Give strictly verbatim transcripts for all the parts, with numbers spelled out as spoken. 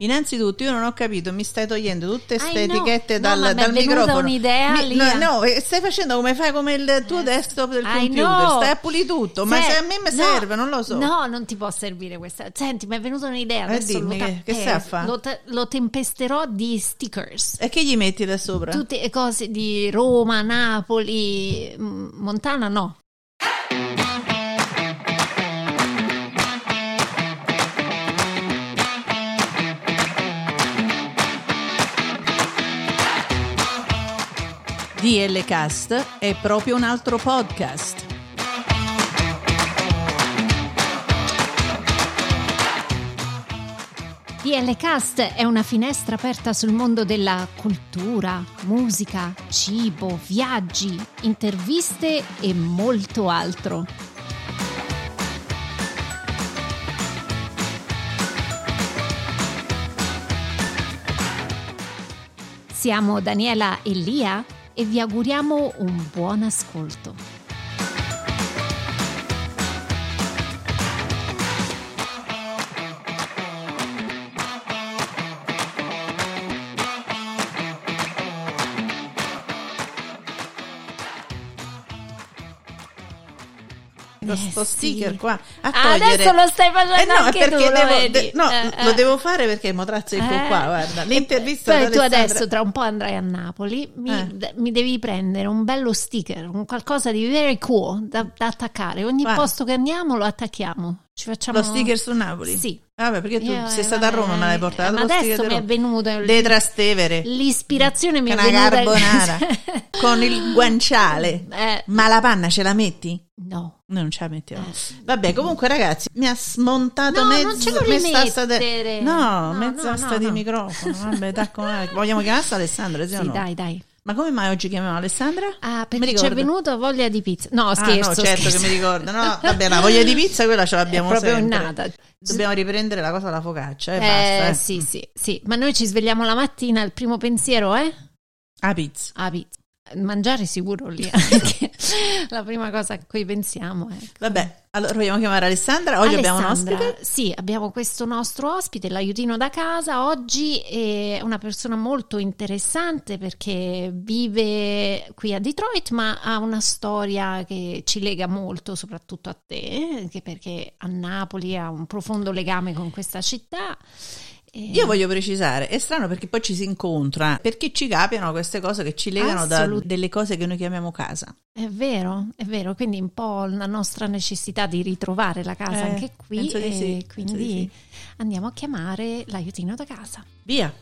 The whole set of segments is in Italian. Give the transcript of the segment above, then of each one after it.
Innanzitutto io non ho capito, mi stai togliendo tutte queste no, etichette no, dal, ma dal mi è venuta microfono. un'idea Mi, lì. no, no, stai facendo come fai come il tuo Eh. desktop del I computer, know. stai a pulire tutto, ma Se- se a me mi no, serve, non lo so. No, non ti può servire questa. Senti, mi è venuta un'idea. Eh, Adesso dimmi, lo, che- che eh, stai a fa'? lo, te- lo tempesterò di stickers. E che gli metti da sopra? Tutte le cose di Roma, Napoli, mm, Montana no. D L Cast è proprio un altro podcast. D L Cast è una finestra aperta sul mondo della cultura, musica, cibo, viaggi, interviste e molto altro. Siamo Daniela e Lia e vi auguriamo un buon ascolto. Questo Eh, sticker sì. qua a Ah, togliere. adesso lo stai facendo Eh no, anche perché tu, lo devo, vedi? de- no, Eh, lo eh. devo fare perché mo trazzo ecco Eh. qua, guarda, l'intervista Poi ad tu Alessandra- adesso tra un po' andrai a Napoli, mi, Eh. d- mi devi prendere un bello sticker, un qualcosa di very cool da, da attaccare. Ogni Guarda. posto che andiamo lo attacchiamo. Ci facciamo lo sticker su Napoli. Sì. Vabbè, perché tu Io, sei eh, stata a vabbè, Roma, me l'hai portato ma lo sticker adesso di mi è Roma. venuto Le Trastevere. l'ispirazione mi è Una venuta carbonara con il guanciale. Eh, Ma la panna ce la metti? no. Noi non ce la mettiamo. Eh. Vabbè, comunque ragazzi, mi ha smontato No, mezzo, non ce lo mezza sta de- rimettere. No, No, mezza no, sta no, di no. microfono. Vabbè, tacco male. Vogliamo chiamarsi Alessandra, sì, o Sì, no? dai, dai. Ma come mai oggi chiamiamo Alessandra? Ah, Mi perché ci è ricordo. venuta voglia di pizza. No, Ah, scherzo, no, certo scherzo. che mi ricordo. No, vabbè, la voglia di pizza quella ce l'abbiamo È proprio sempre. nata. Dobbiamo riprendere la cosa della focaccia e Eh, basta. Eh. sì, sì, sì. Ma noi ci svegliamo la mattina, il primo pensiero è? Ah, pizza. Ah, pizza. Mangiare sicuro lì, anche la prima cosa a cui pensiamo è... Vabbè, allora vogliamo chiamare Alessandra. Oggi abbiamo un Alessandra, ospite. sì, abbiamo questo nostro ospite, l'aiutino da casa. Oggi è una persona molto interessante perché vive qui a Detroit, ma ha una storia che ci lega molto, soprattutto a te, anche perché a Napoli ha un profondo legame con questa città. E- Io voglio precisare, è strano perché poi ci si incontra, perché ci capiano queste cose che ci legano da Assolut- delle cose che noi chiamiamo casa. È vero, è vero, quindi un po' la nostra necessità di ritrovare la casa Eh, anche qui, penso di e sì, quindi penso di andiamo a chiamare l'aiutino da casa. Via.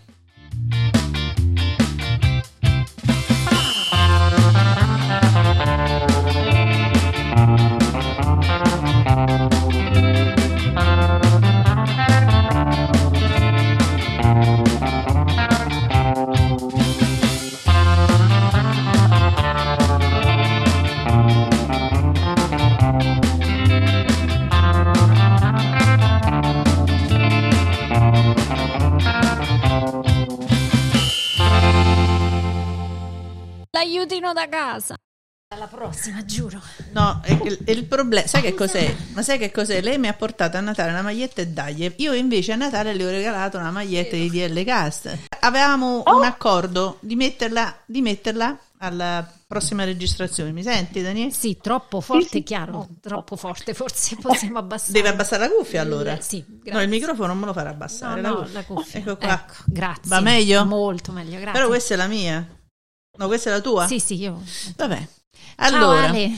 L'aiutino da casa. Alla prossima, giuro. No, è che- è il problema, sai che cos'è? Ma sai che cos'è? Lei mi ha portato a Natale una maglietta e daglie. Io invece a Natale le ho regalato una maglietta di D L Cast. Avevamo un accordo di metterla, di metterla alla prossima registrazione. Mi senti, Daniele? Sì, troppo forte, Sì, sì. chiaro, troppo forte, forse possiamo abbassare. Deve abbassare la cuffia allora? Eh, Sì, grazie. No, il microfono non me lo farà abbassare. No, la no, cuffia. la cuffia. Ecco qua. Ecco, grazie. Va meglio? Molto meglio, grazie. Però questa è la mia. No, questa è la tua? Sì, sì, io. Vabbè. Ciao, Allora, Ale.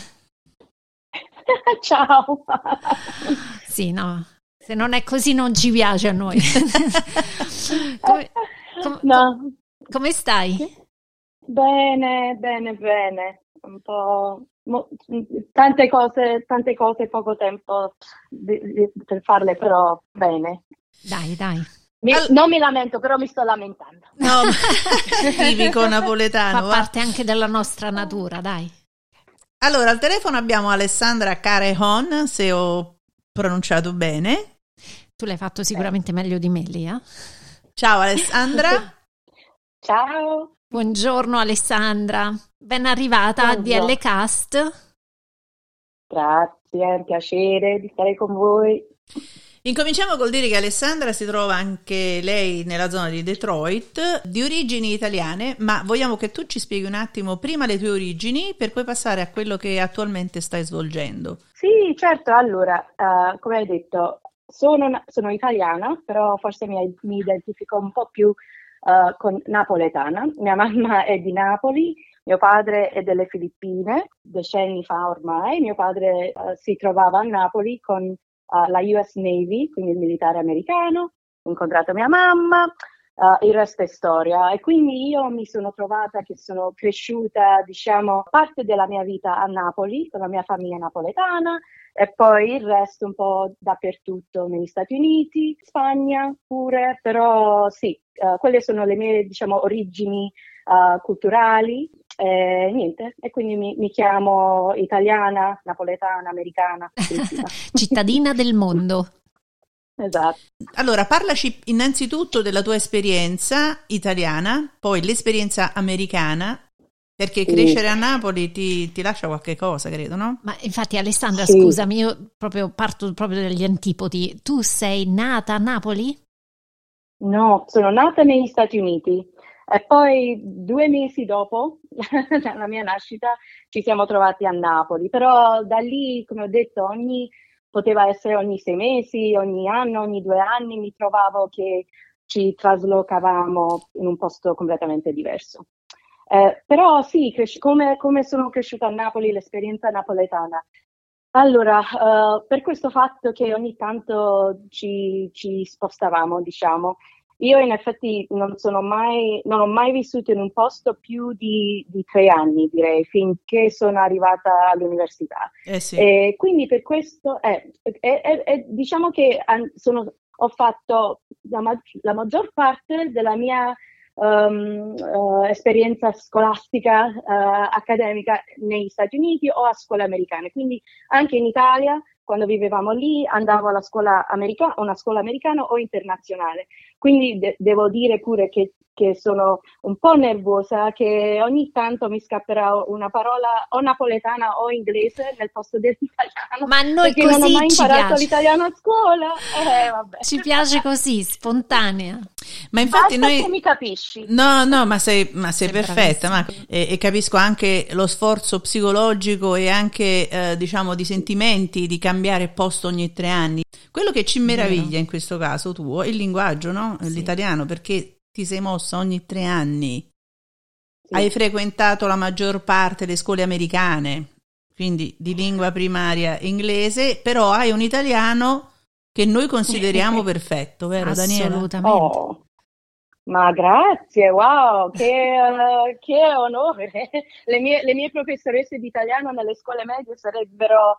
Ciao. Sì, no, se non è così non ci piace a noi. come, com- No, come stai? bene, bene, bene. Un po' mo- tante cose, tante cose, poco tempo di- di- per farle, però bene. Dai, dai. Mi- Al- non mi lamento, però mi sto lamentando. no, tipico napoletano. Fa va. parte anche della nostra natura, dai. Allora, al telefono abbiamo Alessandra Carejon, se ho pronunciato bene. Tu l'hai fatto sicuramente meglio di me, Lia. Ciao Alessandra. Ciao. Buongiorno Alessandra, ben arrivata a D L Buongiorno. Cast. Grazie, è un piacere di stare con voi. Incominciamo col dire che Alessandra si trova anche lei nella zona di Detroit, di origini italiane, ma vogliamo che tu ci spieghi un attimo prima le tue origini per poi passare a quello che attualmente stai svolgendo. Sì, certo, allora, uh, come hai detto, sono, sono italiana, però forse mi, mi identifico un po' più uh, con napoletana. Mia mamma è di Napoli, mio padre è delle Filippine, decenni fa ormai. Mio padre uh, si trovava a Napoli con uh, la U S Navy, quindi il militare americano. Ho incontrato mia mamma, uh, il resto è storia. E quindi io mi sono trovata che sono cresciuta, diciamo, parte della mia vita a Napoli, con la mia famiglia napoletana, e poi il resto un po' dappertutto, negli Stati Uniti, Spagna pure, però sì, uh, quelle sono le mie, diciamo, origini uh, culturali. Eh, niente, e quindi mi, mi chiamo italiana, napoletana, americana, cittadina del mondo. Esatto. Allora, parlaci innanzitutto della tua esperienza italiana, poi l'esperienza americana, perché Sì. crescere a Napoli ti, ti lascia qualche cosa, credo, no? Ma infatti, Alessandra, Sì. scusami, io proprio parto proprio dagli antipodi. Tu sei nata a Napoli? No, sono nata negli Stati Uniti. E poi due mesi dopo la mia nascita ci siamo trovati a Napoli, però da lì, come ho detto, ogni, poteva essere ogni sei mesi, ogni anno, ogni due anni mi trovavo che ci traslocavamo in un posto completamente diverso. Eh, però sì, cres- come, come sono cresciuta a Napoli, l'esperienza napoletana. Allora, uh, per questo fatto che ogni tanto ci, ci spostavamo, diciamo, io in effetti non sono mai, non ho mai vissuto in un posto più di, di tre anni, direi, finché sono arrivata all'università. Eh sì. E quindi per questo, eh, eh, eh, eh, diciamo che an- sono, ho fatto la, ma- la maggior parte della mia um, uh, esperienza scolastica, uh, accademica negli Stati Uniti o a scuole americane. Quindi anche in Italia, quando vivevamo lì, andavo alla scuola americana, una scuola americana o internazionale. Quindi de- devo dire pure che, che sono un po' nervosa, che ogni tanto mi scapperà una parola o napoletana o inglese nel posto dell'italiano. Ma noi perché non ho così mai ci imparato piace. l'italiano a scuola. Eh, vabbè. Ci piace così, spontanea. Ma infatti Basta noi... che mi capisci. No, no, ma sei, ma sei, Sei perfetta, ma, bravissima. e, e capisco anche lo sforzo psicologico e anche, eh, diciamo, di sentimenti di cambiare posto ogni tre anni. Quello che ci meraviglia Vero. in questo caso tuo è il linguaggio, no? Sì. L'italiano, perché ti sei mossa ogni tre anni. Sì. Hai frequentato la maggior parte delle scuole americane, quindi di lingua primaria inglese, però hai un italiano che noi consideriamo perfetto, vero Daniela? Assolutamente. Oh, ma grazie, wow, che, eh, che onore. Le mie, le mie professoresse di italiano nelle scuole medie sarebbero,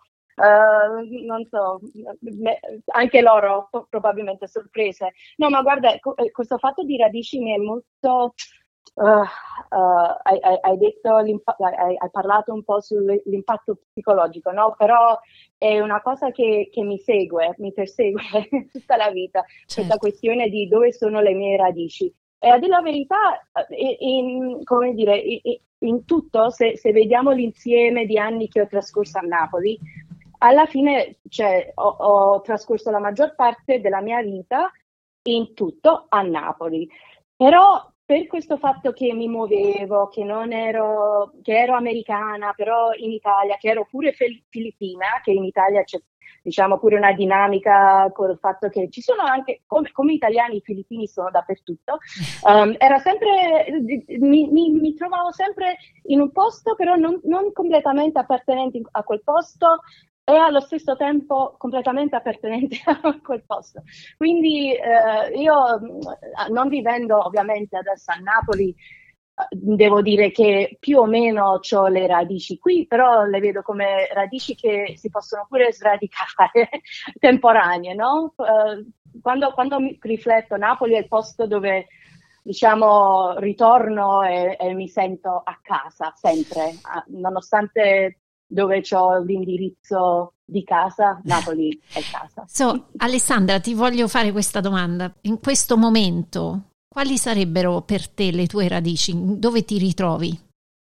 eh, non so, me- anche loro po- probabilmente sorprese. No, ma guarda, co- eh, questo fatto di radici mi è molto... Uh, uh, hai, hai- hai detto l'impa- hai, hai parlato un po' sull'impatto psicologico, no? Però è una cosa che, che mi segue, mi persegue tutta la vita, questa Certo. questione di dove sono le mie radici. E a dire la verità, eh, in, come dire, in, in tutto, se, se vediamo l'insieme di anni che ho trascorso a Napoli, alla fine cioè, ho, ho trascorso la maggior parte della mia vita in tutto a Napoli. Però per questo fatto che mi muovevo, che non ero, che ero americana, però in Italia, che ero pure fel- filippina, che in Italia c'è, diciamo, pure una dinamica col fatto che ci sono anche, come, come italiani, i filippini sono dappertutto, um, era sempre, mi, mi, mi trovavo sempre in un posto, però non, non completamente appartenente a quel posto, e allo stesso tempo completamente appartenente a quel posto. Quindi eh, io, non vivendo ovviamente adesso a Napoli, devo dire che più o meno ho le radici qui, però le vedo come radici che si possono pure sradicare, temporanee, no? Eh, quando, quando mi rifletto, Napoli è il posto dove, diciamo, ritorno e, e mi sento a casa, sempre, nonostante dove ho l'indirizzo di casa, Napoli è casa. So, Alessandra, ti voglio fare questa domanda. In questo momento, quali sarebbero per te le tue radici? Dove ti ritrovi?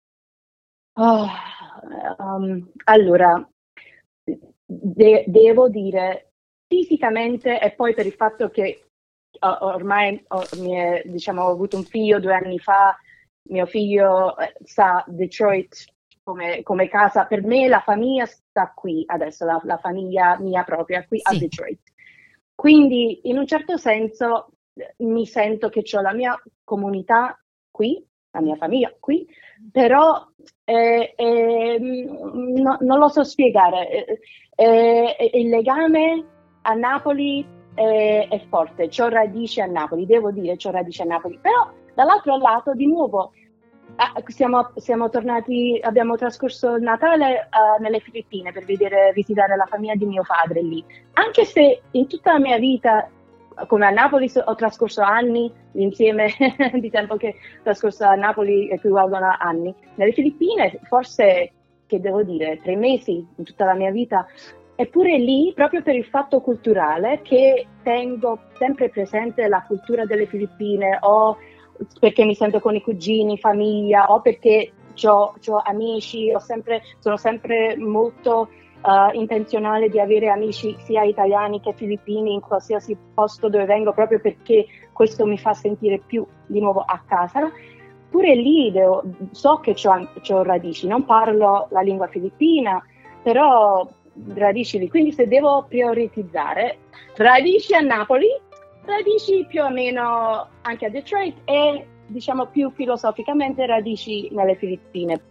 Oh, um, allora, de- devo dire fisicamente, e poi per il fatto che uh, ormai ho, mi è, diciamo, ho avuto un figlio due anni fa, mio figlio eh, sa Detroit come, come casa, per me la famiglia sta qui adesso, la, la famiglia mia propria qui Sì. a Detroit. Quindi in un certo senso mi sento che ho la mia comunità qui, la mia famiglia qui, però eh, eh, no, non lo so spiegare. Eh, eh, il legame a Napoli è, è forte, c'ho radici a Napoli, devo dire, c'ho radici a Napoli, però dall'altro lato di nuovo ah, siamo, siamo tornati, abbiamo trascorso il Natale uh, nelle Filippine per vedere, visitare la famiglia di mio padre lì, anche se in tutta la mia vita, come a Napoli ho trascorso anni, l'insieme di tempo che ho trascorso a Napoli equivalgono a anni. Nelle Filippine forse, che devo dire, tre mesi in tutta la mia vita, eppure lì, proprio per il fatto culturale, che tengo sempre presente la cultura delle Filippine, o perché mi sento con i cugini, famiglia, o perché ho amici, ho sempre, sono sempre molto... Uh, intenzionale di avere amici sia italiani che filippini in qualsiasi posto dove vengo, proprio perché questo mi fa sentire più di nuovo a casa. Pure lì devo, so che ho radici, non parlo la lingua filippina, però radici lì, quindi se devo prioritizzare radici a Napoli, radici più o meno anche a Detroit e diciamo più filosoficamente radici nelle Filippine.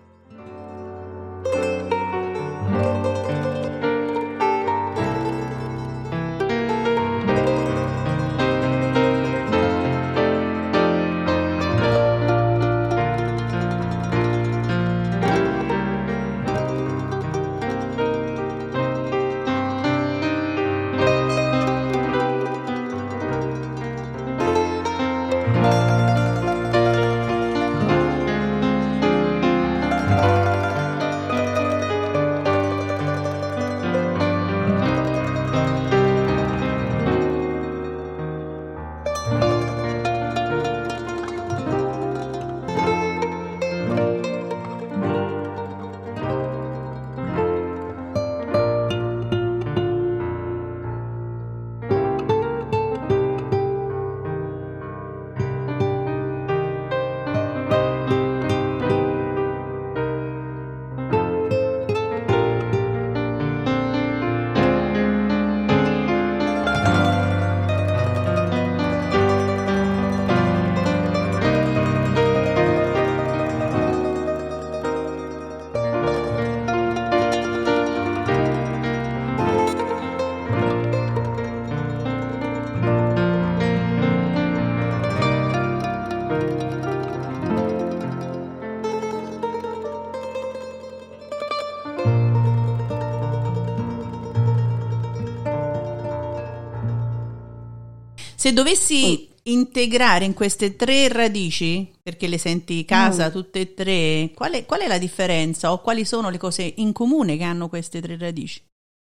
Se dovessi mm. integrare in queste tre radici, perché le senti casa mm. tutte e tre, qual è, qual è la differenza o quali sono le cose in comune che hanno queste tre radici?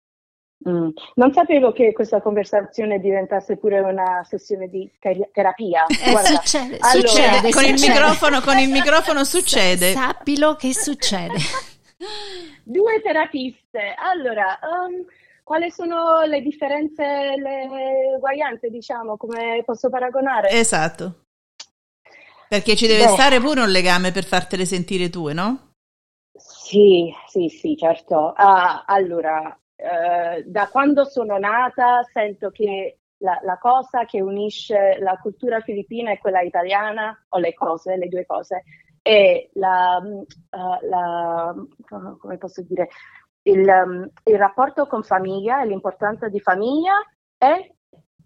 Mm. Non sapevo che questa conversazione diventasse pure una sessione di ter- terapia. Eh, Guarda, succede, allora, succede, con, succede. Il microfono, con il microfono succede. Sappilo che succede. Due terapiste. Allora, um, quali sono le differenze, le uguaglianze, diciamo, come posso paragonare? Esatto. Perché ci deve Beh. stare pure un legame per fartele sentire tue, no? Sì, sì, sì, certo. Ah, allora, eh, da quando sono nata sento che la, la cosa che unisce la cultura filippina e quella italiana, o le cose, le due cose, è la, uh, la come posso dire, il, um, il rapporto con famiglia e l'importanza di famiglia e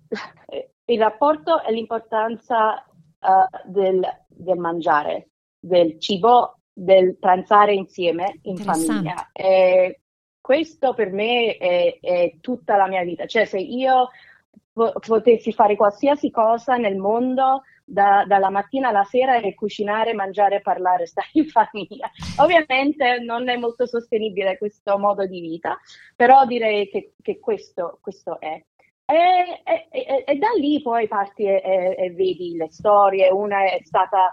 il rapporto e l'importanza uh, del, del mangiare, del cibo, del pranzare insieme in famiglia. E questo per me è, è tutta la mia vita. Cioè, se io po- potessi fare qualsiasi cosa nel mondo, da, dalla mattina alla sera, e cucinare, mangiare, parlare, stare in famiglia. Ovviamente non è molto sostenibile questo modo di vita, però direi che, che questo, questo è. E, e, e, e da lì poi parti e, e, e vedi le storie. Una è stata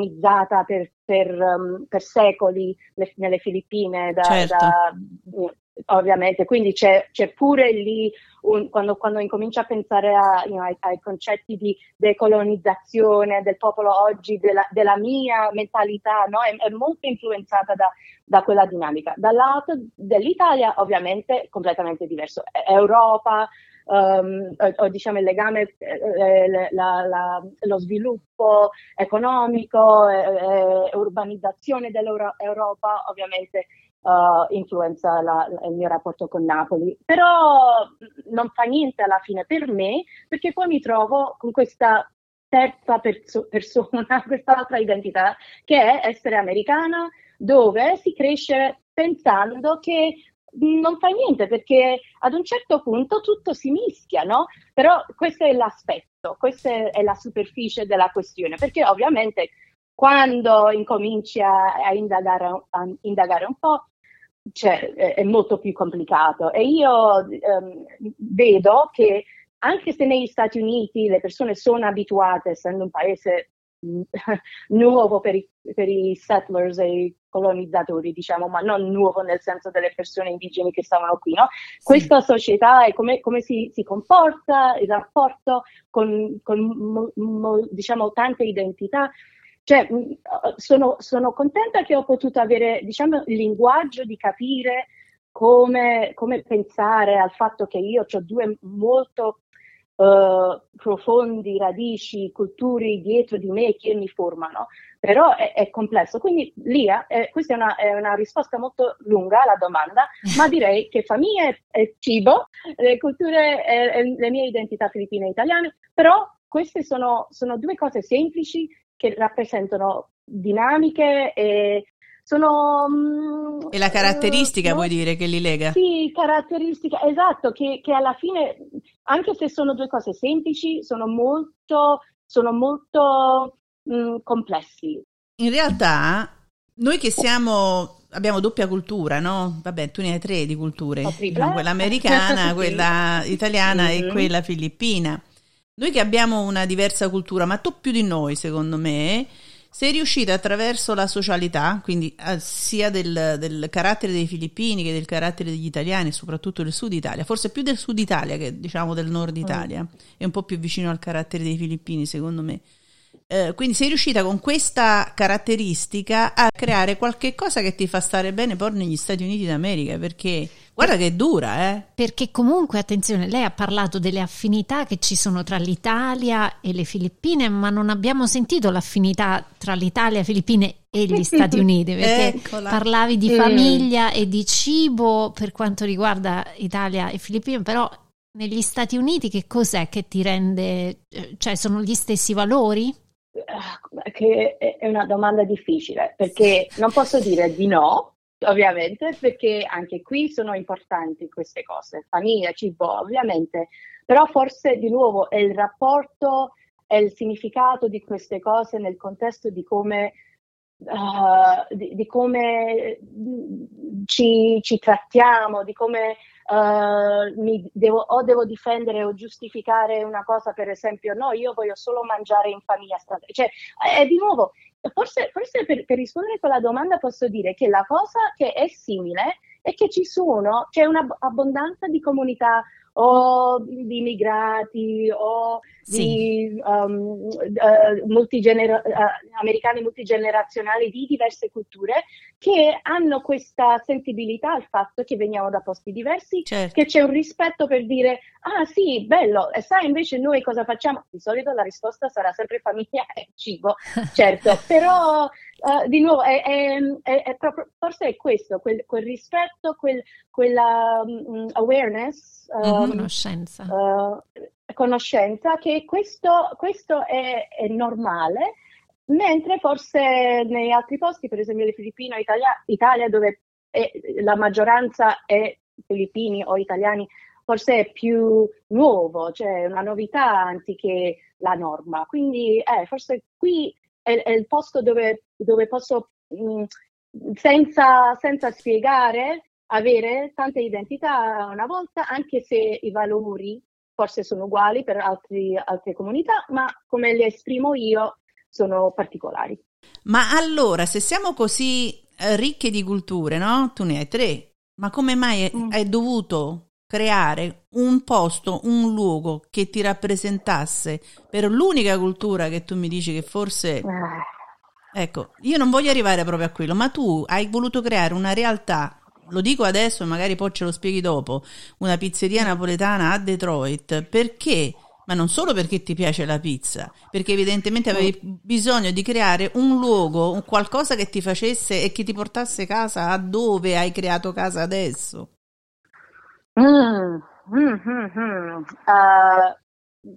colonizzata per, per, um, per secoli le, nelle Filippine da, certo. da ovviamente, quindi c'è, c'è pure lì, un, quando, quando incomincia a pensare a, you know, ai, ai concetti di decolonizzazione del popolo oggi, della, della mia mentalità, no? è, è molto influenzata da, da quella dinamica. Dal lato dell'Italia, ovviamente, completamente diverso. Europa, um, o, o diciamo il legame, eh, la, la, lo sviluppo economico, eh, urbanizzazione dell'Europa, ovviamente, Uh, influenza la, la, il mio rapporto con Napoli, però non fa niente alla fine per me, perché poi mi trovo con questa terza perso- persona, quest'altra identità, che è essere americana, dove si cresce pensando che non fa niente, perché ad un certo punto tutto si mischia, no? Però questo è l'aspetto, questa è la superficie della questione, perché ovviamente quando incominci a, a, indagare, a indagare un po', cioè, è, è molto più complicato. E io um, vedo che anche se negli Stati Uniti le persone sono abituate, essendo un paese nuovo per i, per i settlers e i colonizzatori, diciamo, ma non nuovo nel senso delle persone indigene che stavano qui, no? Sì. Questa società e come, come si, si comporta, il rapporto con, con mo, mo, diciamo, tante identità. Cioè, sono, sono contenta che ho potuto avere, diciamo, il linguaggio di capire come, come pensare al fatto che io ho due molto uh, profondi radici, culture dietro di me che mi formano, però è, è complesso. Quindi, Lia, eh, questa è una, è una risposta molto lunga alla domanda, ma direi che famiglia è, è cibo, le culture, è, è le mie identità filippine e italiane, però queste sono, sono due cose semplici che rappresentano dinamiche e sono... Mm, e la caratteristica uh, vuoi no? dire che li lega? Sì, caratteristica, esatto, che, che alla fine, anche se sono due cose semplici, sono molto, sono molto mm, complessi. In realtà, noi che siamo... abbiamo doppia cultura, no? Vabbè, tu ne hai tre di culture, no, quella americana, sì. quella italiana mm-hmm. e quella filippina. Noi che abbiamo una diversa cultura, ma tu più di noi, secondo me, sei riuscita attraverso la socialità, quindi eh, sia del, del carattere dei filippini che del carattere degli italiani, soprattutto del sud Italia, forse più del sud Italia che diciamo del nord Italia, mm. è un po' più vicino al carattere dei filippini, secondo me. Eh, quindi sei riuscita con questa caratteristica a creare qualche cosa che ti fa stare bene poi negli Stati Uniti d'America, perché guarda che è dura, eh? Perché comunque, attenzione, lei ha parlato delle affinità che ci sono tra l'Italia e le Filippine, ma non abbiamo sentito l'affinità tra l'Italia, le Filippine e gli Stati Uniti, perché Eccola. parlavi di famiglia mm. e di cibo per quanto riguarda Italia e Filippine, però negli Stati Uniti che cos'è che ti rende, cioè sono gli stessi valori? Che è una domanda difficile, perché non posso dire di no, ovviamente, perché anche qui sono importanti queste cose, famiglia, cibo, ovviamente, però forse di nuovo è il rapporto e il significato di queste cose nel contesto di come uh, di, di come ci, ci trattiamo, di come Uh, mi devo, o devo difendere o giustificare una cosa, per esempio, no, io voglio solo mangiare in famiglia, cioè, eh, di nuovo, forse, forse per, per rispondere a quella domanda posso dire che la cosa che è simile è che ci sono, c'è un'abbondanza di comunità o di immigrati o sì. di um, uh, multigener- uh, americani multigenerazionali di diverse culture che hanno questa sensibilità al fatto che veniamo da posti diversi, certo. che c'è un rispetto per dire ah sì, bello, e sai invece noi cosa facciamo? Di solito la risposta sarà sempre famiglia e cibo, certo, però uh, di nuovo è, è, è, è proprio, forse è questo, quel, quel rispetto, quel, quella um, awareness, um, conoscenza. Uh, conoscenza che questo, questo è, è normale, mentre forse nei altri posti, per esempio le Filippine o Italia, Italia dove è, la maggioranza è filippini o italiani, forse è più nuovo, cioè una novità anziché la norma. Quindi eh, forse qui è, è il posto dove, dove posso, mh, senza, senza spiegare, avere tante identità una volta, anche se i valori forse sono uguali per altri, altre comunità, ma come li esprimo io sono particolari. Ma allora, se siamo così ricche di culture, no? Tu ne hai tre, ma come mai mm. hai dovuto creare un posto, un luogo che ti rappresentasse per l'unica cultura che tu mi dici che forse... Ecco, io non voglio arrivare proprio a quello, ma tu hai voluto creare una realtà, lo dico adesso, magari poi ce lo spieghi dopo, una pizzeria napoletana a Detroit, perché? Ma non solo perché ti piace la pizza, perché evidentemente avevi bisogno di creare un luogo, un qualcosa che ti facesse e che ti portasse casa a dove hai creato casa adesso. Mm, mm, mm, mm. Uh,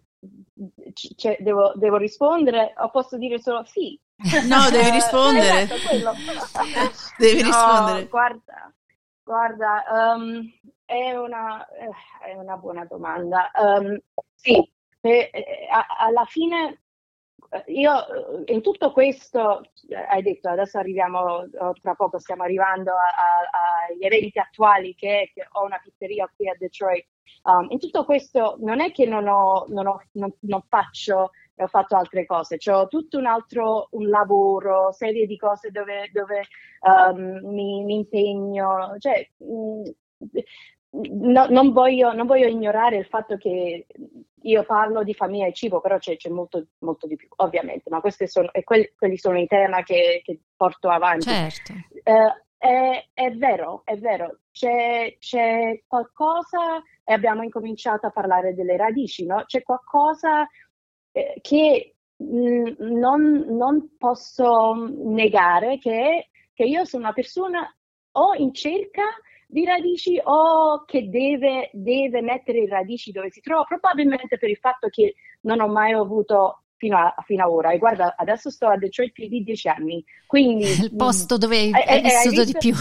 c- devo, devo rispondere o posso dire solo sì? No, devi rispondere. Eh, esatto, devi no, rispondere. Guarda, guarda um, è, una, è una buona domanda. Um, sì, eh, alla fine io in tutto questo, hai detto, adesso arriviamo, tra poco stiamo arrivando agli eventi attuali che, che ho una pizzeria qui a Detroit. Um, in tutto questo non è che non ho, non, ho, non, non faccio, ho fatto altre cose, c'ho tutto un altro un lavoro, serie di cose dove, dove um, mi, mi impegno, cioè mh, no, non, voglio, non voglio ignorare il fatto che io parlo di famiglia e cibo, però c'è, c'è molto, molto di più, ovviamente, ma questi sono, e quelli, quelli sono i temi che, che porto avanti. Certo. Uh, è, è vero, è vero, c'è, c'è qualcosa, e abbiamo incominciato a parlare delle radici, no? C'è qualcosa eh, che mh, non, non posso negare, che, che io sono una persona o in cerca di radici o che deve, deve mettere le radici dove si trova, probabilmente per il fatto che non ho mai avuto fino a, fino a ora. E guarda, adesso sto a Detroit più di dieci anni, quindi... Il posto dove hai, hai, hai vissuto hai di più.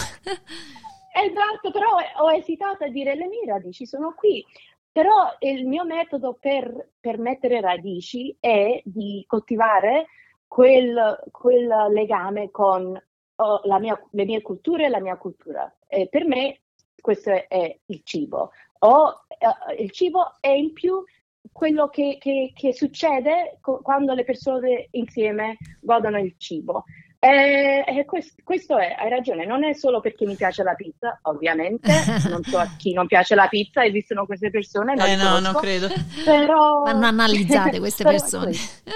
Esatto, però ho esitato a dire le mie radici sono qui. Però il mio metodo per, per mettere radici è di coltivare quel, quel legame con oh, la mia, le mie culture e la mia cultura. E per me questo è il cibo. O, uh, il cibo è in più quello che, che, che succede co- quando le persone insieme godono il cibo. E, e questo, questo è, hai ragione, non è solo perché mi piace la pizza, ovviamente, non so a chi non piace la pizza, esistono queste persone, non eh no, conosco, non credo. Però... Vanno analizzate queste persone.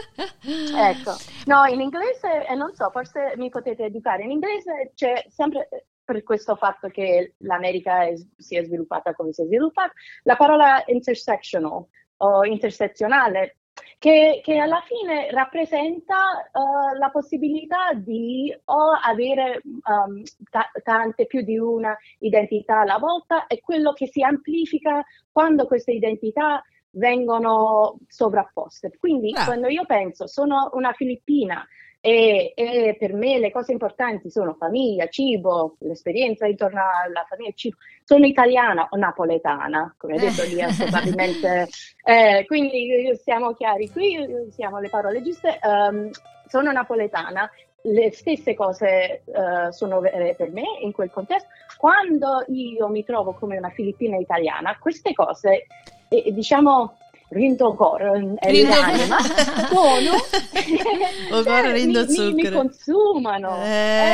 Ecco, no, in inglese, e eh, non so, forse mi potete educare, in inglese c'è sempre, per questo fatto che l'America è, si è sviluppata come si è sviluppata, la parola intersectional o intersezionale, Che, che alla fine rappresenta uh, la possibilità di o avere um, ta- tante più di una identità alla volta, e quello che si amplifica quando queste identità vengono sovrapposte. Quindi ah. quando io penso sono una filippina e, e per me le cose importanti sono famiglia, cibo, l'esperienza intorno alla famiglia e cibo, sono italiana o napoletana, come ha detto Lia, probabilmente, eh, quindi siamo chiari qui, siamo le parole giuste, um, sono napoletana, le stesse cose uh, sono vere per me in quel contesto. Quando io mi trovo come una filippina italiana, queste cose, eh, diciamo, rindo coro è l'anima, sono o cioè, rindo mi, mi, mi consumano. Eh.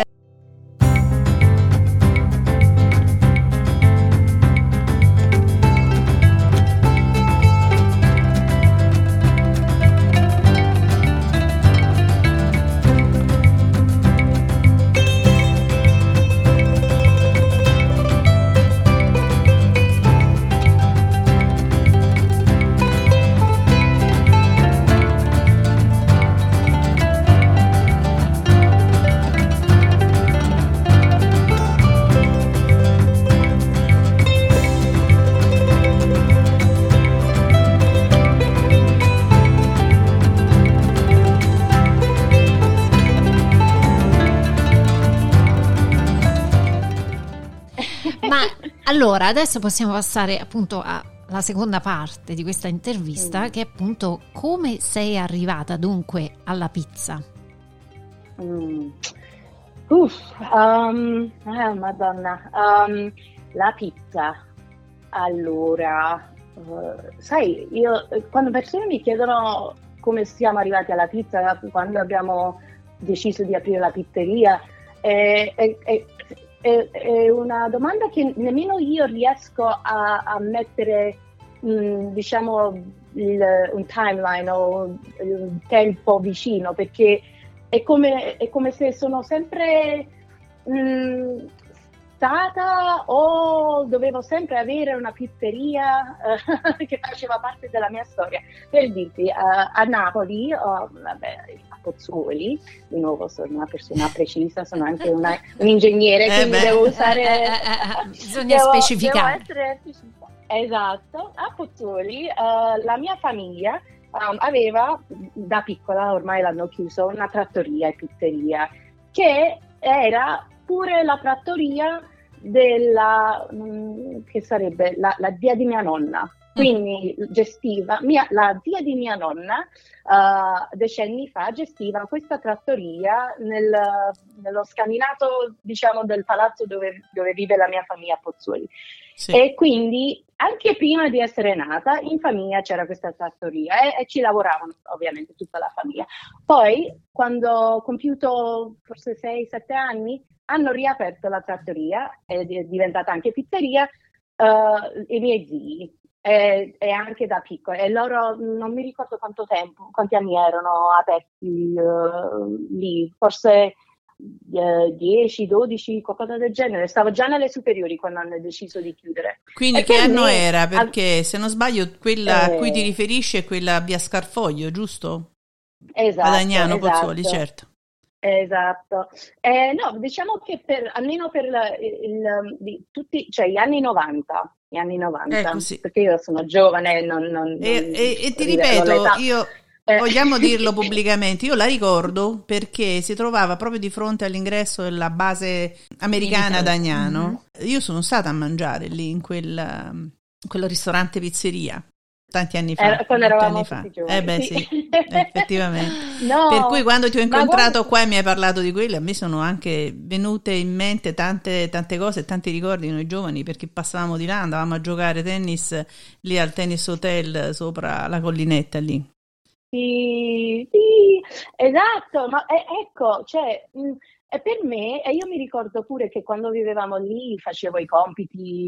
Allora, adesso possiamo passare appunto alla seconda parte di questa intervista, mm. che è appunto come sei arrivata dunque alla pizza. Mm. Uff, um, eh, Madonna, um, la pizza. Allora, uh, sai, io quando persone mi chiedono come siamo arrivati alla pizza, quando abbiamo deciso di aprire la pizzeria, è, è, è, è, è un una domanda che nemmeno io riesco a, a mettere, mh, diciamo, il, un timeline o un tempo vicino, perché è come, è come se sono sempre mh, stata o dovevo sempre avere una pizzeria eh, che faceva parte della mia storia. Per dirti, uh, a Napoli, oh, vabbè, a Pozzuoli, di nuovo sono una persona precisa, sono anche una, un ingegnere, Eh quindi beh. devo usare... Eh, eh, eh, bisogna devo, specificare. Devo essere specifica. Esatto, a Pozzuoli uh, la mia famiglia um, aveva, da piccola, ormai l'hanno chiuso, una trattoria e pizzeria, che era pure la trattoria della, mh, che sarebbe la, la zia di mia nonna. Quindi gestiva, mia, la zia di mia nonna uh, decenni fa gestiva questa trattoria nel, nello scaminato, diciamo, del palazzo dove, dove vive la mia famiglia a Pozzuoli. Sì. E quindi anche prima di essere nata in famiglia c'era questa trattoria e, e ci lavoravano ovviamente tutta la famiglia. Poi quando ho compiuto forse sei sette anni hanno riaperto la trattoria, è diventata anche pizzeria, uh, i miei zii. E, e anche da piccolo, e loro non mi ricordo quanto tempo, quanti anni erano aperti uh, lì, forse uh, dieci, dodici, qualcosa del genere. Stavo già nelle superiori quando hanno deciso di chiudere. Quindi e che anno me, era? Perché se non sbaglio quella eh, a cui ti riferisci è quella a via Scarfoglio, giusto? Esatto, Adagnano, esatto. Pozzuoli, certo. Esatto, eh, no, diciamo che per almeno per il, il, di, tutti, cioè gli anni novanta, gli anni novanta, perché io sono giovane, non, non, e, non, e, e ti ripeto, io eh. vogliamo dirlo pubblicamente, io la ricordo perché si trovava proprio di fronte all'ingresso della base americana ad Agnano. Mm-hmm. Io sono stata a mangiare lì in quel, in quel ristorante pizzeria. Tanti anni fa, eh, quando eravamo fa. tutti giovani. Eh beh sì, sì effettivamente. No, per cui quando ti ho incontrato guarda... qua e mi hai parlato di quelli, a me sono anche venute in mente tante, tante cose, tanti ricordi di noi giovani, perché passavamo di là, andavamo a giocare tennis lì al tennis hotel sopra la collinetta lì. Sì, sì, esatto, ma eh, ecco, cioè... Mh, E per me, e io mi ricordo pure che quando vivevamo lì facevo i compiti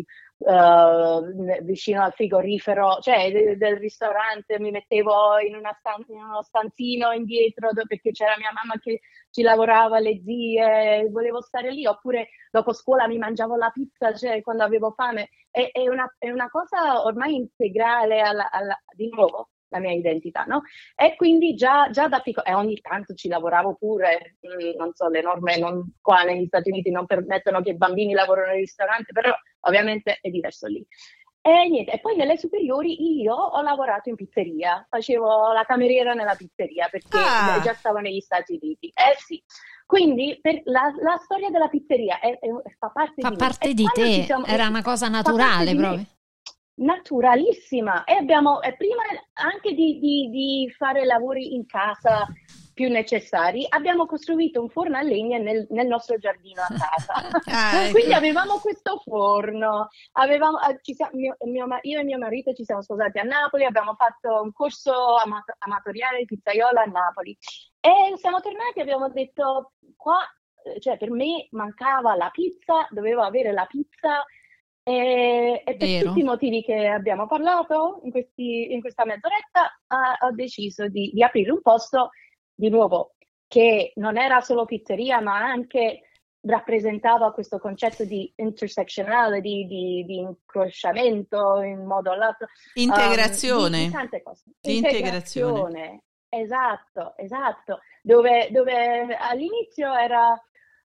uh, vicino al frigorifero, cioè del, del ristorante, mi mettevo in, una stan- in uno stanzino indietro dove, perché c'era mia mamma che ci lavorava, le zie, volevo stare lì, oppure dopo scuola mi mangiavo la pizza, cioè quando avevo fame. È, è, una, è una cosa ormai integrale alla, alla, di nuovo. La mia identità, no? E quindi già, già da piccola, e ogni tanto ci lavoravo pure, mh, non so, le norme non, qua negli Stati Uniti non permettono che i bambini lavorino nei ristoranti, però ovviamente è diverso lì. E niente, e poi nelle superiori io ho lavorato in pizzeria, facevo la cameriera nella pizzeria perché ah. già stavo negli Stati Uniti. Eh sì, quindi per la, la storia della pizzeria è, è, fa parte fa di parte me. di te, siamo, era una cosa naturale proprio. Naturalissima, e abbiamo e prima anche di, di, di fare lavori in casa più necessari abbiamo costruito un forno a legna nel, nel nostro giardino a casa. ah, ecco. Quindi avevamo questo forno, avevamo, ci siamo, mio, mio, io e mio marito ci siamo sposati a Napoli, abbiamo fatto un corso amato, amatoriale di pizzaiola a Napoli e siamo tornati e abbiamo detto qua, cioè per me mancava la pizza, dovevo avere la pizza. E, e per Vero. tutti i motivi che abbiamo parlato in, questi, in questa mezz'oretta uh, ho deciso di, di aprire un posto di nuovo che non era solo pizzeria ma anche rappresentava questo concetto di intersectionality, di, di incrociamento in modo lato, integrazione um, di, di tante cose. Integrazione. integrazione esatto, esatto dove, dove all'inizio era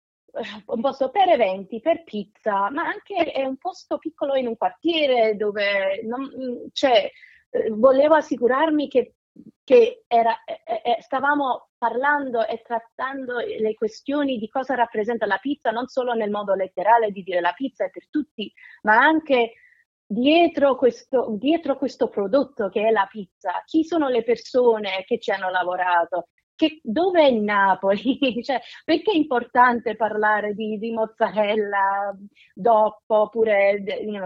un posto per eventi, per pizza, ma anche è un posto piccolo in un quartiere dove non, cioè, volevo assicurarmi che, che era, eh, stavamo parlando e trattando le questioni di cosa rappresenta la pizza, non solo nel modo letterale di dire la pizza è per tutti, ma anche dietro questo, dietro questo prodotto che è la pizza, chi sono le persone che ci hanno lavorato. Che, dove è Napoli? Cioè, perché è importante parlare di, di mozzarella, D O P, oppure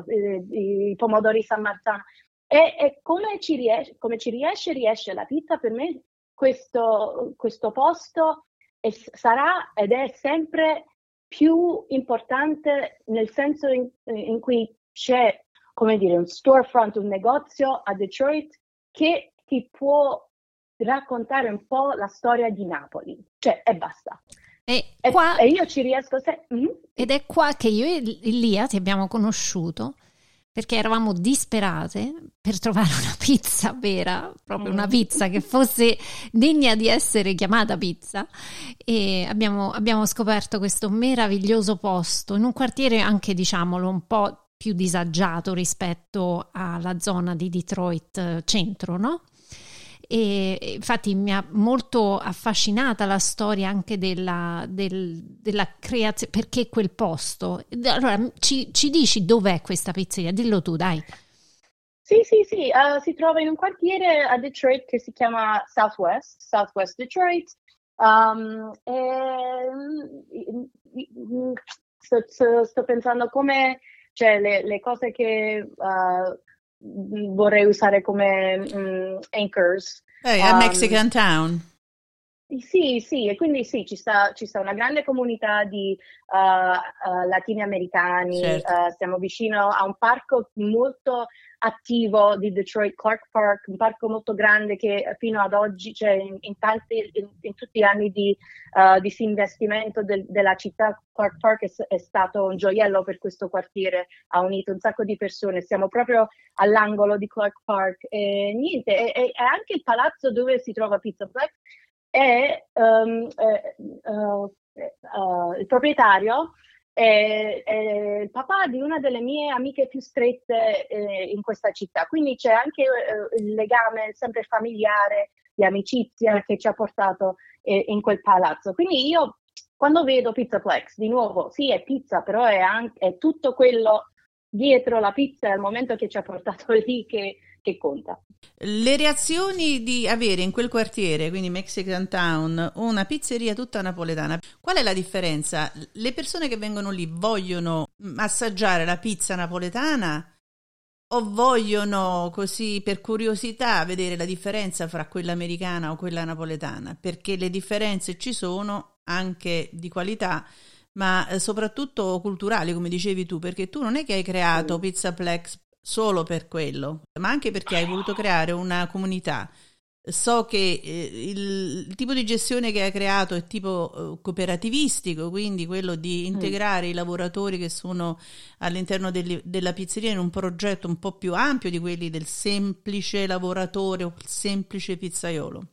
i pomodori San Marzano? E, e come, ci riesce, come ci riesce, riesce la pizza, per me questo, questo posto è, sarà ed è sempre più importante nel senso in, in cui c'è, come dire, un storefront, un negozio a Detroit che ti può raccontare un po' la storia di Napoli, cioè e basta. E, e, qua, e io ci riesco se- mm-hmm. Ed è qua che io e Lia ti abbiamo conosciuto, perché eravamo disperate per trovare una pizza vera, proprio una pizza che fosse degna di essere chiamata pizza, e abbiamo, abbiamo scoperto questo meraviglioso posto in un quartiere anche, diciamolo, un po' più disagiato rispetto alla zona di Detroit centro, no? E infatti mi ha molto affascinata la storia anche della, del, della creazione, perché quel posto. Allora ci, ci dici dov'è questa pizzeria? Dillo tu, dai. Sì, sì, sì, uh, si trova in un quartiere a Detroit che si chiama Southwest, Southwest Detroit. Um, e, sto, sto, sto pensando come, cioè, le, le cose che uh, vorrei usare come um, anchors. Hey, a um, Mexican Town. Sì, sì, e quindi sì, ci sta, ci sta una grande comunità di uh, uh, latini americani, certo. uh, stiamo vicino a un parco molto attivo di Detroit, Clark Park, un parco molto grande che fino ad oggi, cioè in, in, tanti, in, in tutti gli anni di uh, disinvestimento del, della città, Clark Park è, è stato un gioiello per questo quartiere, ha unito un sacco di persone, siamo proprio all'angolo di Clark Park e niente, è, è anche il palazzo dove si trova Pizzaplex. E um, eh, uh, uh, il proprietario è, è il papà di una delle mie amiche più strette eh, in questa città, quindi c'è anche uh, il legame sempre familiare, di amicizia che ci ha portato eh, in quel palazzo. Quindi io quando vedo Pizzaplex, di nuovo, sì è pizza, però è, anche, è tutto quello dietro la pizza, al momento che ci ha portato lì che, che conta. Le reazioni di avere in quel quartiere, quindi Mexican Town, una pizzeria tutta napoletana, qual è la differenza? Le persone che vengono lì vogliono assaggiare la pizza napoletana o vogliono così per curiosità vedere la differenza fra quella americana o quella napoletana? Perché le differenze ci sono anche di qualità, ma soprattutto culturali, come dicevi tu, perché tu non è che hai creato Pizzaplex solo per quello, ma anche perché hai voluto creare una comunità. So che eh, il, il tipo di gestione che hai creato è tipo eh, cooperativistico, quindi quello di integrare mm. i lavoratori che sono all'interno degli, della pizzeria in un progetto un po' più ampio di quelli del semplice lavoratore o il semplice pizzaiolo.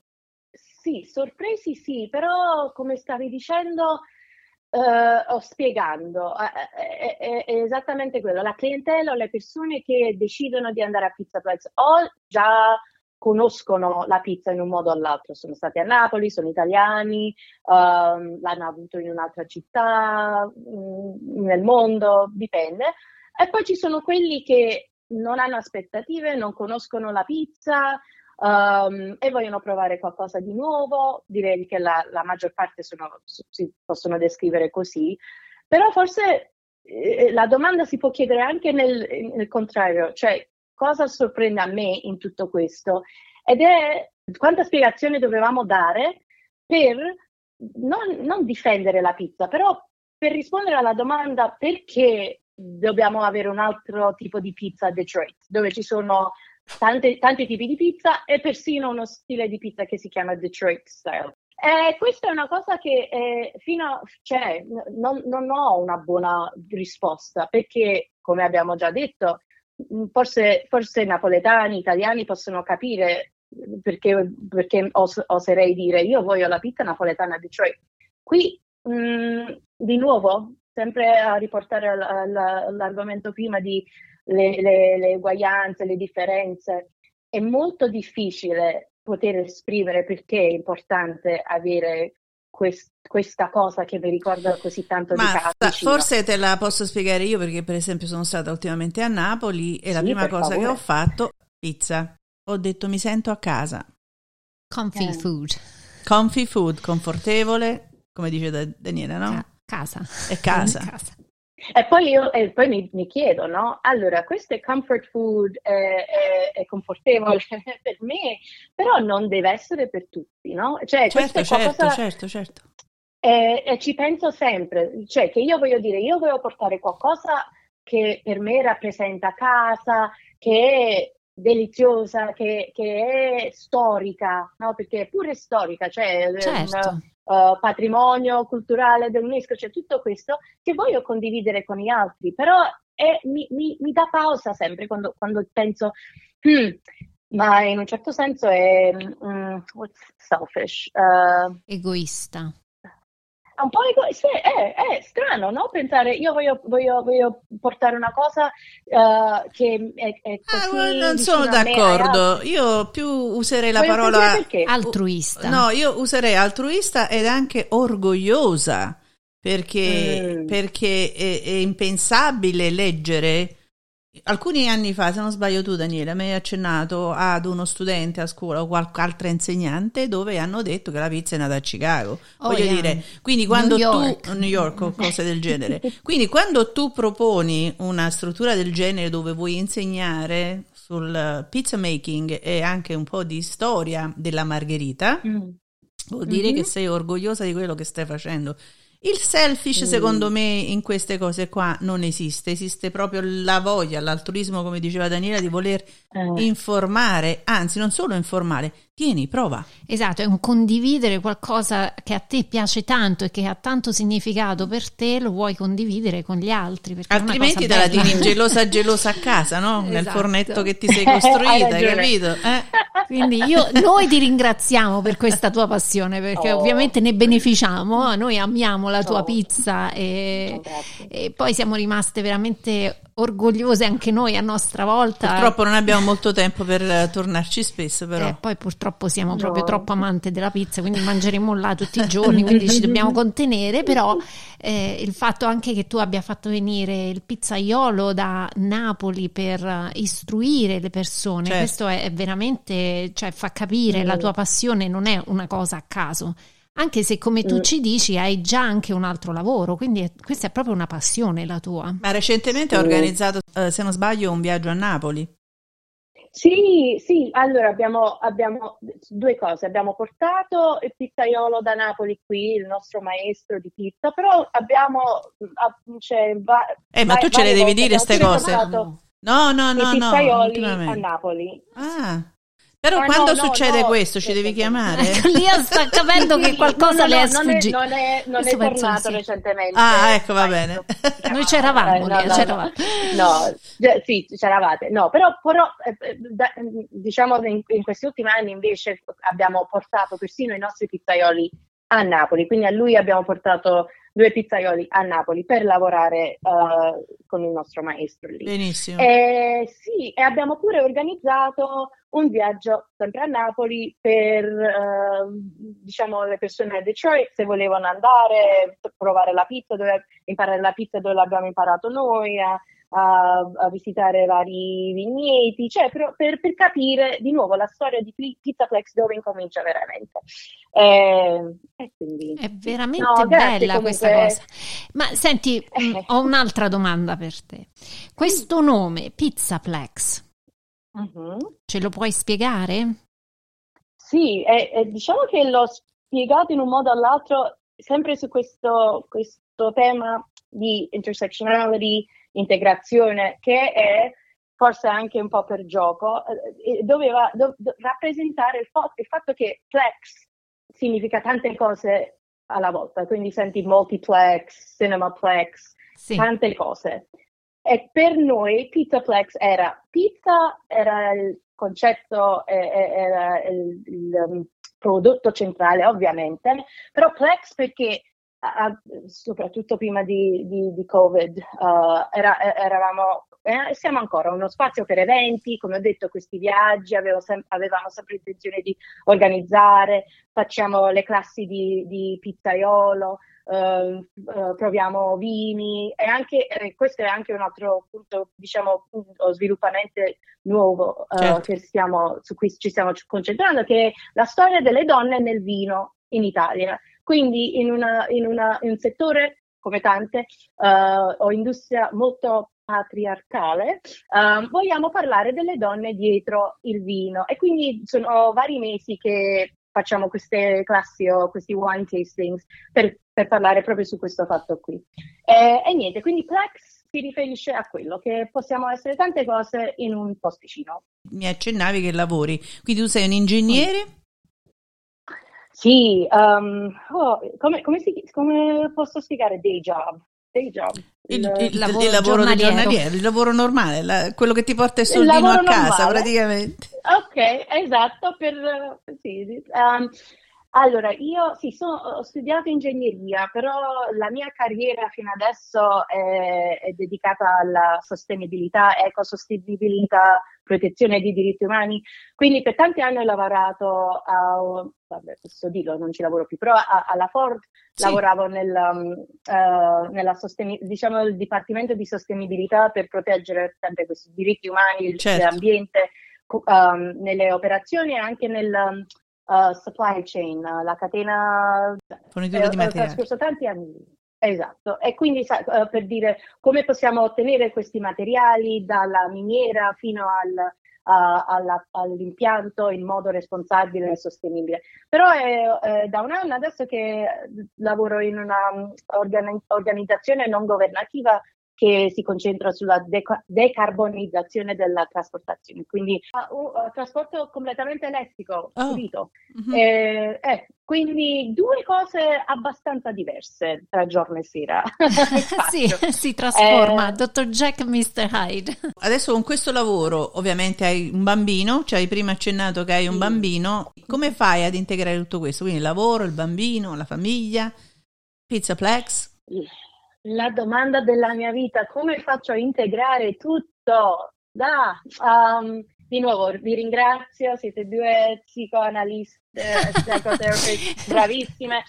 Sì, sorpresi sì, però come stavi dicendo Uh, o spiegando, è, è, è esattamente quello, la clientela o le persone che decidono di andare a Pizzaplex o già conoscono la pizza in un modo o l'altro, sono stati a Napoli, sono italiani, um, l'hanno avuto in un'altra città, um, nel mondo, dipende, e poi ci sono quelli che non hanno aspettative, non conoscono la pizza, Um, e vogliono provare qualcosa di nuovo. Direi che la, la maggior parte sono, si possono descrivere così, però forse eh, la domanda si può chiedere anche nel, nel contrario, cioè cosa sorprende a me in tutto questo, ed è quanta spiegazione dovevamo dare per non, non difendere la pizza, però per rispondere alla domanda perché dobbiamo avere un altro tipo di pizza a Detroit, dove ci sono Tante, tanti tipi di pizza e persino uno stile di pizza che si chiama Detroit Style. E questa è una cosa che eh, fino a, cioè, non, non ho una buona risposta, perché come abbiamo già detto, forse, forse napoletani, italiani possono capire, perché, perché os, oserei dire io voglio la pizza napoletana a Detroit. Qui mh, di nuovo, sempre a riportare all, all, all'argomento prima di Le, le, le uguaglianze, le differenze, è molto difficile poter esprimere perché è importante avere quest, questa cosa che mi ricorda così tanto Ma di casa vicino. Forse te la posso spiegare io, perché per esempio sono stata ultimamente a Napoli e sì, la prima cosa favore. che ho fatto pizza, ho detto mi sento a casa. Comfy eh. food comfy food, confortevole, come dice Daniela, no? Ca- casa è casa, casa. E poi io e poi mi, mi chiedo, no? Allora, questo è comfort food, è, è, è confortevole per me, però non deve essere per tutti, no? Cioè, certo, questo è qualcosa... certo, certo, certo. E, e ci penso sempre, cioè che io voglio dire, io voglio portare qualcosa che per me rappresenta casa, che è deliziosa, che, che è storica, no? Perché è pure storica, cioè Certo. un uh, patrimonio culturale dell'UNESCO, c'è tutto questo che voglio condividere con gli altri, però è, mi, mi, mi dà pausa sempre quando, quando penso, hmm, ma in un certo senso è um, what's selfish. Uh, Egoista. È un po' ego- sì, è, è strano, no? Pensare, io voglio, voglio, voglio portare una cosa uh, che è, è così Ah, non vicino sono a me, ai d'accordo. altri. Io più userei la Voglio parola sentire perché. Altruista. No, io userei altruista ed anche orgogliosa, perché, Mm. perché è, è impensabile leggere. Alcuni anni fa, se non sbaglio tu Daniele, mi hai accennato ad uno studente a scuola o qualche altra insegnante dove hanno detto che la pizza è nata a Chicago. Oh, Voglio yeah. dire, quindi quando New tu York. New York o cose del genere. Quindi quando tu proponi una struttura del genere dove vuoi insegnare sul pizza making e anche un po' di storia della margherita, Mm. vuol dire Mhm. che sei orgogliosa di quello che stai facendo. Il selfish, Mm. secondo me, in queste cose qua non esiste. Esiste proprio la voglia, l'altruismo, come diceva Daniela, di voler Eh. informare, anzi, non solo informare. Tieni, prova. Esatto, è un condividere qualcosa che a te piace tanto e che ha tanto significato per te, lo vuoi condividere con gli altri. Perché è una Altrimenti cosa te la bella. tieni gelosa gelosa a casa, no? Nel Esatto. fornetto che ti sei Hai costruita, hai ragione. capito? Eh? Quindi io, noi ti ringraziamo per questa tua passione, perché Oh. ovviamente ne beneficiamo, noi amiamo la tua Oh. pizza e, Oh, grazie. e poi siamo rimaste veramente orgogliose anche noi a nostra volta. Purtroppo non abbiamo molto tempo per eh, tornarci spesso, però. Eh, poi purtroppo siamo No. proprio troppo amanti della pizza, quindi mangeremo là tutti i giorni, quindi ci dobbiamo contenere, però eh, il fatto anche che tu abbia fatto venire il pizzaiolo da Napoli per eh, istruire le persone, Certo. questo è, è veramente, cioè fa capire Mm. la tua passione, non è una cosa a caso. Anche se come tu Mm. ci dici hai già anche un altro lavoro, quindi è- questa è proprio una passione la tua. Ma recentemente Sì. ho organizzato, eh, se non sbaglio, un viaggio a Napoli. Sì, sì, allora abbiamo, abbiamo due cose, abbiamo portato il pizzaiolo da Napoli qui, il nostro maestro di pizza, però abbiamo, ah, cioè, va- Eh, ma va- tu ce le varie devi volte dire abbiamo ste pure cose. portato No, no, i no, no, pizzaioli a ultimamente. Napoli. Ah, però Ah, quando no, no, succede no, questo ci devi chiamare? Ecco, lì sta capendo che Sì, qualcosa no, no, le è no, non è, sfuggito. non è, non è Questo penso tornato sì. recentemente. Ah, ecco, va Maestro. bene. Noi c'eravamo Eh, no, lì, no, c'eravamo. No, eh, sì, c'eravate. No, però, però eh, eh, da- diciamo che in, in questi ultimi anni invece abbiamo portato persino i nostri pizzaioli a Napoli, quindi a lui abbiamo portato due pizzaioli a Napoli per lavorare eh, con il nostro maestro lì. Benissimo. Eh, sì, e abbiamo pure organizzato un viaggio sempre a Napoli per eh, diciamo le persone a Detroit se volevano andare per provare la pizza, dove, imparare la pizza dove l'abbiamo imparato noi, a, a, a visitare vari vigneti, cioè per, per, per capire di nuovo la storia di Pizzaplex dove incomincia veramente. Eh, e quindi, È veramente no, grazie bella comunque. questa cosa. Ma senti, mh, Eh. ho un'altra domanda per te. Questo nome, Pizzaplex, Mhm. ce lo puoi spiegare? Sì, e, e diciamo che l'ho spiegato in un modo o all'altro sempre su questo, questo tema di intersectionality, integrazione, che è forse anche un po' per gioco, eh, doveva do, do, rappresentare il, fo- il fatto che plex significa tante cose alla volta, quindi senti multiplex, cinemaplex, Sì. tante cose. E per noi Pizzaplex era pizza, era il concetto, eh, era il, il um, prodotto centrale ovviamente, però Plex perché uh, soprattutto prima di, di, di Covid uh, era, eravamo, eh, siamo ancora uno spazio per eventi, come ho detto questi viaggi, avevo sem- avevamo sempre intenzione di organizzare, facciamo le classi di, di pizzaiolo, Uh, uh, proviamo vini e anche eh, questo è anche un altro punto diciamo punto, sviluppamento nuovo uh, Certo. che stiamo, su cui ci stiamo concentrando, che è la storia delle donne nel vino in Italia, quindi in, una, in, una, in un settore come tante uh, o industria molto patriarcale, uh, vogliamo parlare delle donne dietro il vino e quindi sono vari mesi che facciamo queste classi o questi wine tastings per per parlare proprio su questo fatto qui. E, e niente, quindi Plex si riferisce a quello, che possiamo essere tante cose in un posticino. Mi accennavi che lavori, quindi tu sei un ingegnere? Sì, um, oh, come, come, si, come posso spiegare day job? Day job. Il, il, il, il lavoro, il lavoro giornaliero. giornaliero, il lavoro normale, la, quello che ti porta il soldino a casa, normale. Praticamente. Ok, esatto, per, sì, um, allora, io sì, sono, ho studiato ingegneria, però la mia carriera fino adesso è, è dedicata alla sostenibilità, ecosostenibilità, protezione dei diritti umani. Quindi per tanti anni ho lavorato a, vabbè, posso dirlo, non ci lavoro più, però a, alla Ford sì. Lavoravo nel, um, uh, nella sosteni- diciamo, il Dipartimento di Sostenibilità per proteggere sempre questi diritti umani, certo. L'ambiente, um, nelle operazioni e anche nel... Uh, supply chain, la catena fornitura di materiali. Ho trascorso tanti anni. Esatto, e quindi uh, per dire come possiamo ottenere questi materiali dalla miniera fino al, uh, alla, all'impianto in modo responsabile e sostenibile. Però è, è da un anno adesso che lavoro in una organi- organizzazione non governativa che si concentra sulla deca- decarbonizzazione della trasportazione, quindi uh, un uh, trasporto completamente elettrico, pulito. Oh. Mm-hmm. Eh, eh, quindi due cose abbastanza diverse tra giorno e sera. Sì, si trasforma, eh, dottor Jack, mister Hyde. Adesso con questo lavoro ovviamente hai un bambino, cioè hai prima accennato che hai un sì. bambino, come fai ad integrare tutto questo? Quindi il lavoro, il bambino, la famiglia, Pizzaplex? La domanda della mia vita, come faccio a integrare tutto? Da, um, di nuovo vi ringrazio, siete due psicoanaliste, psicoterapeuti bravissime.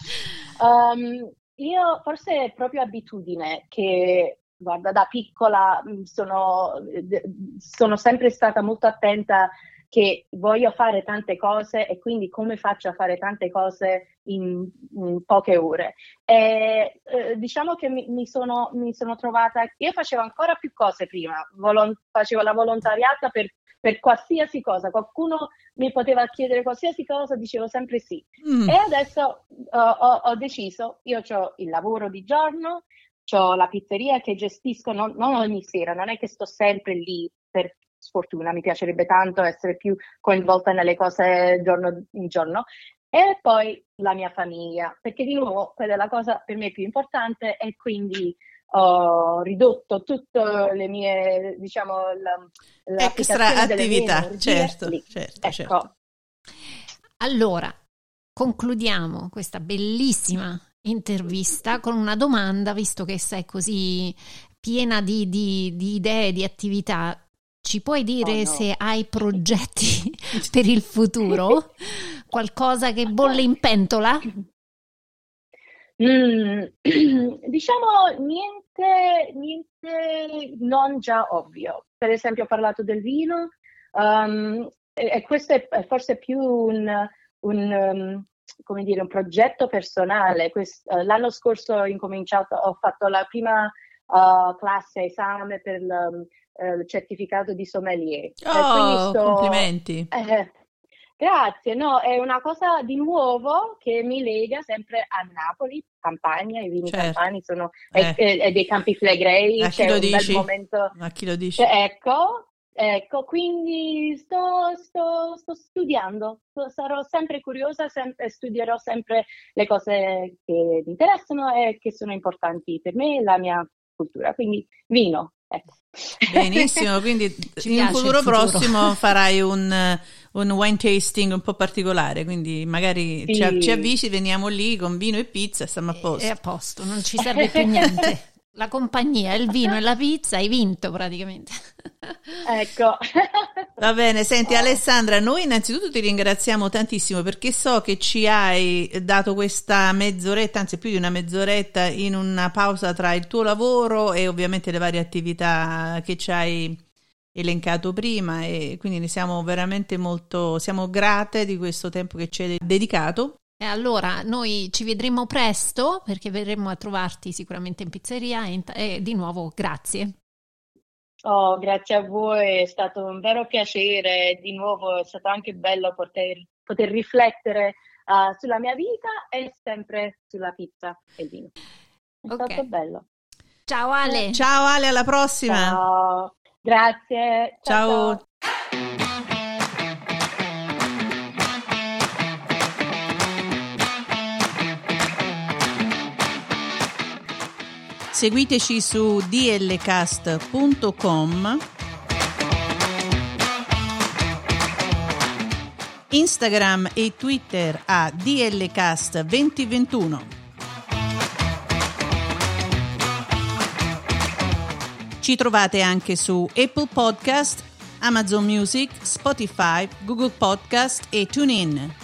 Um, io forse è proprio abitudine che, guarda, da piccola sono, sono sempre stata molto attenta che voglio fare tante cose e quindi come faccio a fare tante cose in, in poche ore. E, eh, diciamo che mi, mi, sono, mi sono trovata, io facevo ancora più cose prima, volon, facevo la volontariata per, per qualsiasi cosa, qualcuno mi poteva chiedere qualsiasi cosa, dicevo sempre sì. Mm. E adesso uh, ho, ho deciso, io ho il lavoro di giorno, ho la pizzeria che gestisco non, non ogni sera, non è che sto sempre lì per sfortuna, mi piacerebbe tanto essere più coinvolta nelle cose giorno in giorno, e poi la mia famiglia, perché di nuovo quella è la cosa per me più importante e quindi ho ridotto tutte le mie, diciamo, la, extra attività, certo, certo, ecco. certo. Allora, concludiamo questa bellissima intervista con una domanda, visto che sei così piena di, di, di idee, di attività. Ci puoi dire oh no. se hai progetti per il futuro? Qualcosa che bolle in pentola? Mm, diciamo niente, niente non già ovvio. Per esempio ho parlato del vino um, e, e questo è, è forse più un, un, um, come dire, un progetto personale. Quest, uh, l'anno scorso ho incominciato, ho fatto la prima uh, classe esame per il Uh, certificato di sommelier. Oh, sto, complimenti. Eh, grazie, no, è una cosa di nuovo che mi lega sempre a Napoli, Campania, i vini certo. campani sono eh. e, e dei Campi Flegrei, c'è un dici? bel momento. A chi lo dici? Ecco, ecco, quindi sto, sto, sto studiando, sarò sempre curiosa, sempre, studierò sempre le cose che mi interessano e che sono importanti per me e la mia cultura, quindi vino. Ecco. Benissimo, quindi in un futuro, futuro prossimo farai un, un wine tasting un po' particolare, quindi magari sì. ci, ci avvisi, veniamo lì con vino e pizza, stiamo a posto. È a posto, non ci serve più niente. La compagnia, il vino e la pizza, hai vinto praticamente. Ecco. Va bene, senti Alessandra, noi innanzitutto ti ringraziamo tantissimo perché so che ci hai dato questa mezz'oretta, anzi più di una mezz'oretta, in una pausa tra il tuo lavoro e ovviamente le varie attività che ci hai elencato prima, e quindi ne siamo veramente molto, siamo grate di questo tempo che ci hai dedicato. E allora noi ci vedremo presto perché verremo a trovarti sicuramente in pizzeria e, e di nuovo grazie. Oh, grazie a voi, è stato un vero piacere, di nuovo è stato anche bello poter, poter riflettere uh, sulla mia vita e sempre sulla pizza e vino. È Ok. stato bello. Ciao Ale. Ciao Ale, alla prossima. Ciao, grazie. Ciao. ciao. Seguiteci su d l cast punto com, Instagram e Twitter a D L Cast duemilaventuno. Ci trovate anche su Apple Podcast, Amazon Music, Spotify, Google Podcast e TuneIn.